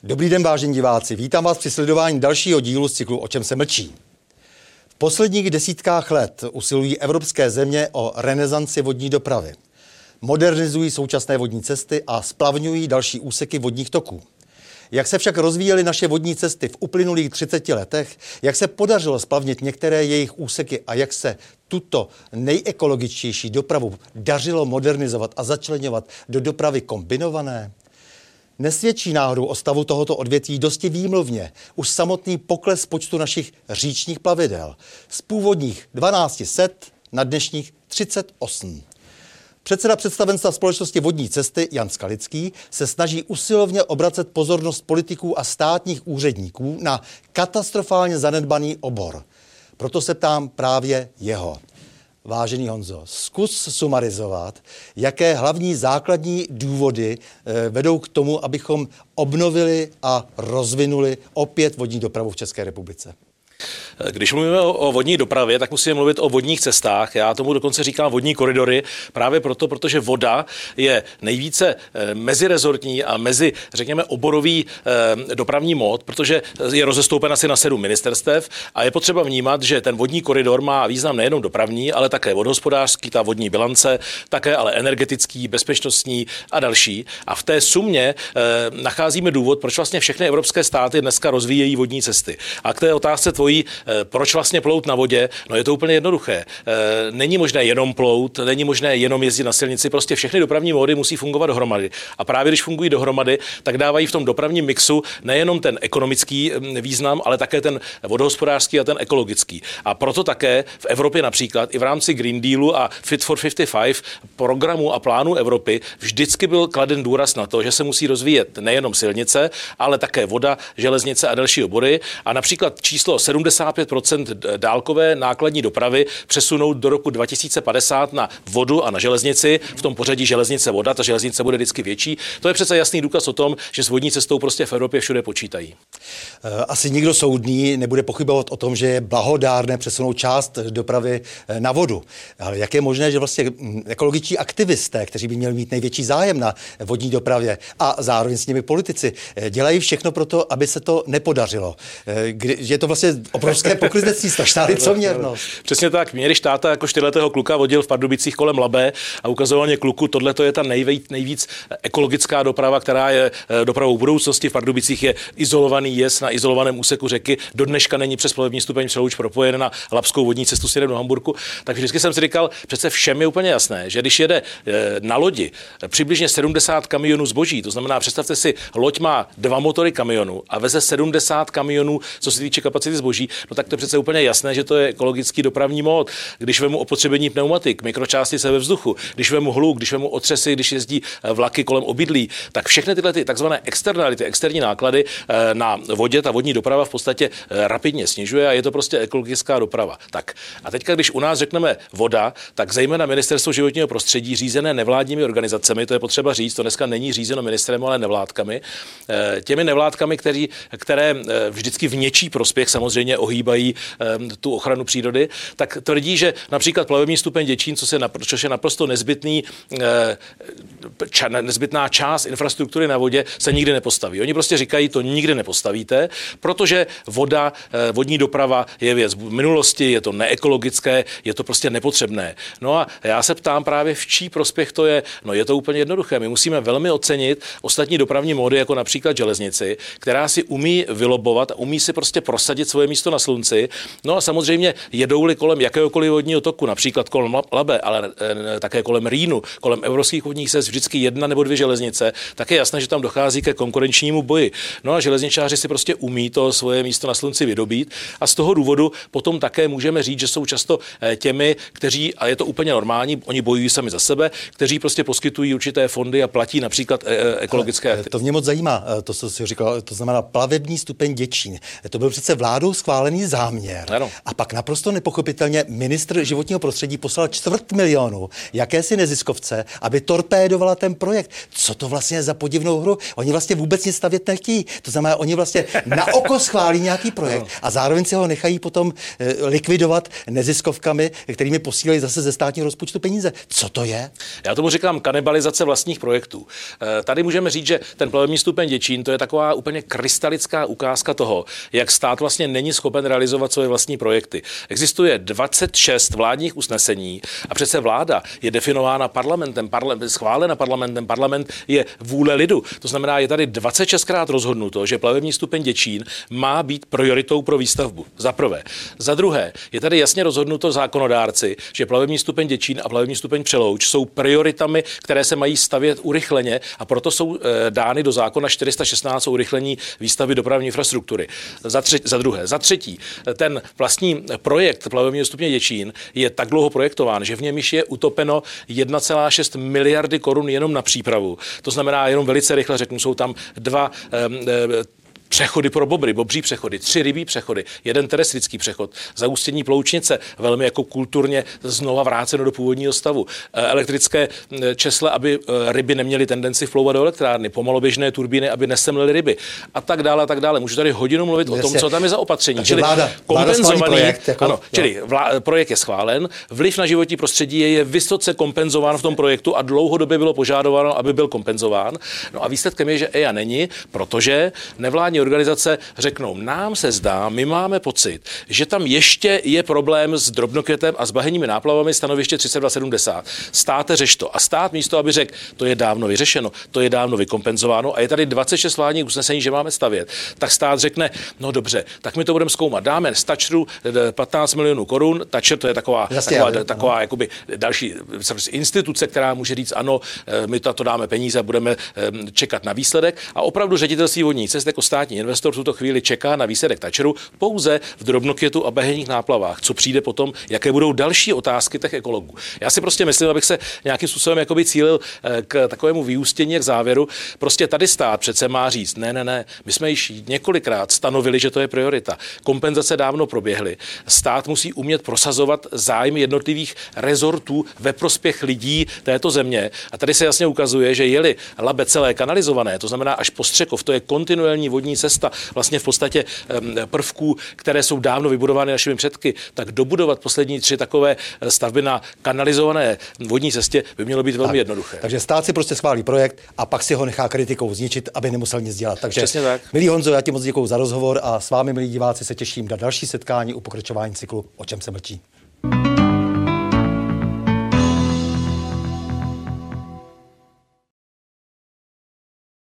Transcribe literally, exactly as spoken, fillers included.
Dobrý den, vážení diváci. Vítám vás při sledování dalšího dílu z cyklu O čem se mlčí. V posledních desítkách let usilují evropské země o renesanci vodní dopravy. Modernizují současné vodní cesty a splavňují další úseky vodních toků. Jak se však rozvíjely naše vodní cesty v uplynulých třiceti letech, jak se podařilo splavnit některé jejich úseky a jak se tuto nejekologičtější dopravu dařilo modernizovat a začleňovat do dopravy kombinované? Nesvědčí náhodou o stavu tohoto odvětví dosti výmluvně už samotný pokles počtu našich říčních plavidel z původních dvanáct set na dnešních třicet osm. Předseda představenstva společnosti Vodní cesty Jan Skalický se snaží usilovně obracet pozornost politiků a státních úředníků na katastrofálně zanedbaný obor. Proto se ptám právě jeho. Vážený Honzo, zkus sumarizovat, jaké hlavní základní důvody e, vedou k tomu, abychom obnovili a rozvinuli opět vodní dopravu v České republice. Když mluvíme o vodní dopravě, tak musíme mluvit o vodních cestách. Já tomu dokonce říkám vodní koridory, právě proto, protože voda je nejvíce mezirezortní a mezi, řekněme, oborový dopravní mód, protože je rozestoupen asi na sedm ministerstev a je potřeba vnímat, že ten vodní koridor má význam nejenom dopravní, ale také vodohospodářský, ta vodní bilance, také ale energetický, bezpečnostní a další. A v té sumě nacházíme důvod, proč vlastně všechny evropské státy dneska rozvíjejí vodní cesty. A k té otázce tvojí, proč vlastně plout na vodě? No je to úplně jednoduché. Není možné jenom plout, není možné jenom jezdit na silnici, prostě všechny dopravní módy musí fungovat dohromady. A právě když fungují dohromady, tak dávají v tom dopravním mixu nejenom ten ekonomický význam, ale také ten vodohospodářský a ten ekologický. A proto také v Evropě například i v rámci Green Dealu a Fit for padesát pět programu a plánu Evropy vždycky byl kladen důraz na to, že se musí rozvíjet nejenom silnice, ale také voda, železnice a další obory. A například číslo sedmdesát pět procent dálkové nákladní dopravy přesunout do roku dva tisíce padesát na vodu a na železnici, v tom pořadí železnice voda, ta železnice bude vždycky větší. To je přece jasný důkaz o tom, že s vodní cestou prostě v Evropě všude počítají. Asi nikdo soudný nebude pochybovat o tom, že je blahodárné přesunout část dopravy na vodu. Ale jak je možné, že vlastně ekologičtí aktivisté, kteří by měli mít největší zájem na vodní dopravě a zároveň s nimi politici, dělají všechno pro to, aby se to nepodařilo. Je to vlastně obrovské pokrytectví, strašná licoměrnost. Přesně tak. Mě když táta jako čtyřletého kluka vodil v Pardubicích kolem Labe a ukazoval mě kluku, tohle to je ta nejvíc, nejvíc ekologická doprava, která je dopravou budoucnosti. V Pardubicích je izolovaný jez na izolovaném úseku řeky. Do dneška není přes plavební stupeň Přelouč propojen na Labskou vodní cestu směrem do Hamburku. Tak vždycky jsem si říkal, přece všem je úplně jasné, že když jede na lodi přibližně sedmdesát kamionů zboží, to znamená, představte si, loď má dva motory kamionu a veze sedmdesát kamionů, co se týče kapacity zboží, no tak to je přece úplně jasné, že to je ekologický dopravní mód. Když vemu opotřebení pneumatik, mikročástice ve vzduchu, když vemu hluk, když vemu otřesy, když jezdí vlaky kolem obydlí, tak všechny tyhle ty takzvané externality, externí náklady na vodě, ta vodní doprava v podstatě rapidně snižuje a je to prostě ekologická doprava. Tak a teďka, když u nás řekneme voda, tak zejména Ministerstvo životního prostředí řízené nevládními organizacemi, to je potřeba říct, to dneska není řízeno ministrem, ale nevládkami, těmi nevládkami, který, které vždycky v něčí prospěch samozřejmě ohýbají tu ochranu přírody, tak tvrdí, že například plavební stupeň Děčín, co se, což je naprosto nezbytný, ča, nezbytná část infrastruktury na vodě, se nikdy nepostaví. Oni prostě říkají, to nikdy nepostavíte, protože voda, vodní doprava je věc v minulosti, je to neekologické, je to prostě nepotřebné. No a já se ptám právě, v čí prospěch to je. No je to úplně jednoduché. My musíme velmi ocenit ostatní dopravní módy, jako například železnici, která si umí vylobovat, umí si prostě prosadit svoje místo na slunci. No a samozřejmě jedou-li kolem jakéhokoliv vodního toku, například kolem Labe, ale e, také kolem Rýnu, kolem evropských vodních cest vždycky jedna nebo dvě železnice, tak je jasné, že tam dochází ke konkurenčnímu boji. No a železničáři si prostě umí to svoje místo na slunci vydobít a z toho důvodu potom také můžeme říct, že jsou často těmi, kteří, a je to úplně normální, oni bojují sami za sebe, kteří prostě poskytují určité fondy a platí například e, ekologické aktivity. To mě moc zajímá, to, co jsi říkal, to znamená plavební stupeň Děčín. To byl přece vládou schválený ucelený záměr. Ano. A pak naprosto nepochopitelně ministr životního prostředí poslal čtvrt milionu jakési neziskovce, aby torpédovala ten projekt. Co to vlastně je za podivnou hru? Oni vlastně vůbec nic stavět nechtějí. To znamená, oni vlastně na oko schválí nějaký projekt a zároveň si ho nechají potom eh, likvidovat neziskovkami, kterými posílají zase ze státního rozpočtu peníze. Co to je? Já tomu říkám kanibalizace vlastních projektů. E, tady můžeme říct, že ten plavební stupeň Děčín, to je taková úplně krystalická ukázka toho, jak stát vlastně není schopen realizovat svoje vlastní projekty. Existuje dvacet šest vládních usnesení a přece vláda je definována parlamentem, parla- schválena parlamentem, parlament je vůle lidu. To znamená, je tady dvacet šestkrát rozhodnuto, že plavební stupeň Děčín má být prioritou pro výstavbu. Za prvé. Za druhé, je tady jasně rozhodnuto zákonodárci, že plavební stupeň Děčín a plavební stupeň Přelouč jsou prioritami, které se mají stavět urychleně a proto jsou e, dány do zákona čtyři sta šestnáct o urychlení výstavby dopravní infrastruktury. Za, tři, za druhé. Za třetí, ten vlastní projekt plavebního stupně Děčín je tak dlouho projektován, že v něm již je utopeno jedna celá šest miliardy korun jenom na přípravu. To znamená, jenom velice rychle řeknu, jsou tam dva e, e, přechody pro bobry, bobří přechody, tři rybí přechody, jeden terestrický přechod, zaústění Ploučnice, velmi jako kulturně znova vráceno do původního stavu. Elektrické česle, aby ryby neměly tendenci vplouvat do elektrárny, pomaloběžné turbíny, aby nesemlily ryby a tak dále a tak dále. Můžu tady hodinu mluvit Jasně. o tom, co tam je za opatření. Takže čili vláda, kompenzovaný, vláda projekt, jako, ano, čili vlá, projekt je schválen, vliv na životní prostředí je, je vysoce kompenzován v tom projektu a dlouhodobě bylo požadováno, aby byl kompenzován. No a výsledkem je, že E I A není, protože nevládní organizace řeknou, nám se zdá, my máme pocit, že tam ještě je problém s drobnokvětem a s bahenními náplavami stanoviště třicet dva sedmdesát. Státe, řeš to. A stát místo, aby řekl, to je dávno vyřešeno, to je dávno vykompenzováno a je tady dvacet šest vládních usnesení, že máme stavět, tak stát řekne, no dobře, tak my to budeme zkoumat. Dáme z Tačru patnáct milionů korun, Tačer to je taková, Jasně, taková, taková jakoby další instituce, která může říct, ano, my to dáme peníze a budeme čekat na výsledek a opravdu ředitelství vodní cest jako státní investor v tuto chvíli čeká na výsledek Tačeru pouze v drobnokvětu a bahenních náplavách. Co přijde potom, jaké budou další otázky těch ekologů. Já si prostě myslím, abych se nějakým způsobem jakoby cílil k takovému vyústění k závěru. Prostě tady stát přece má říct, ne, ne, ne, my jsme již několikrát stanovili, že to je priorita. Kompenzace dávno proběhly. Stát musí umět prosazovat zájmy jednotlivých rezortů ve prospěch lidí této země. A tady se jasně ukazuje, že je-li Labe celé kanalizované, to znamená až po Střekov, to je kontinuální vodní cesta, vlastně v podstatě prvků, které jsou dávno vybudovány našimi předky, tak dobudovat poslední tři takové stavby na kanalizované vodní cestě by mělo být velmi tak, jednoduché. Takže stát si prostě schválí projekt a pak si ho nechá kritikou zničit, aby nemusel nic dělat. Takže přesně tak. Milý Honzo, já ti moc děkuju za rozhovor a s vámi, milí diváci, se těším na další setkání u pokračování cyklu O čem se mlčí.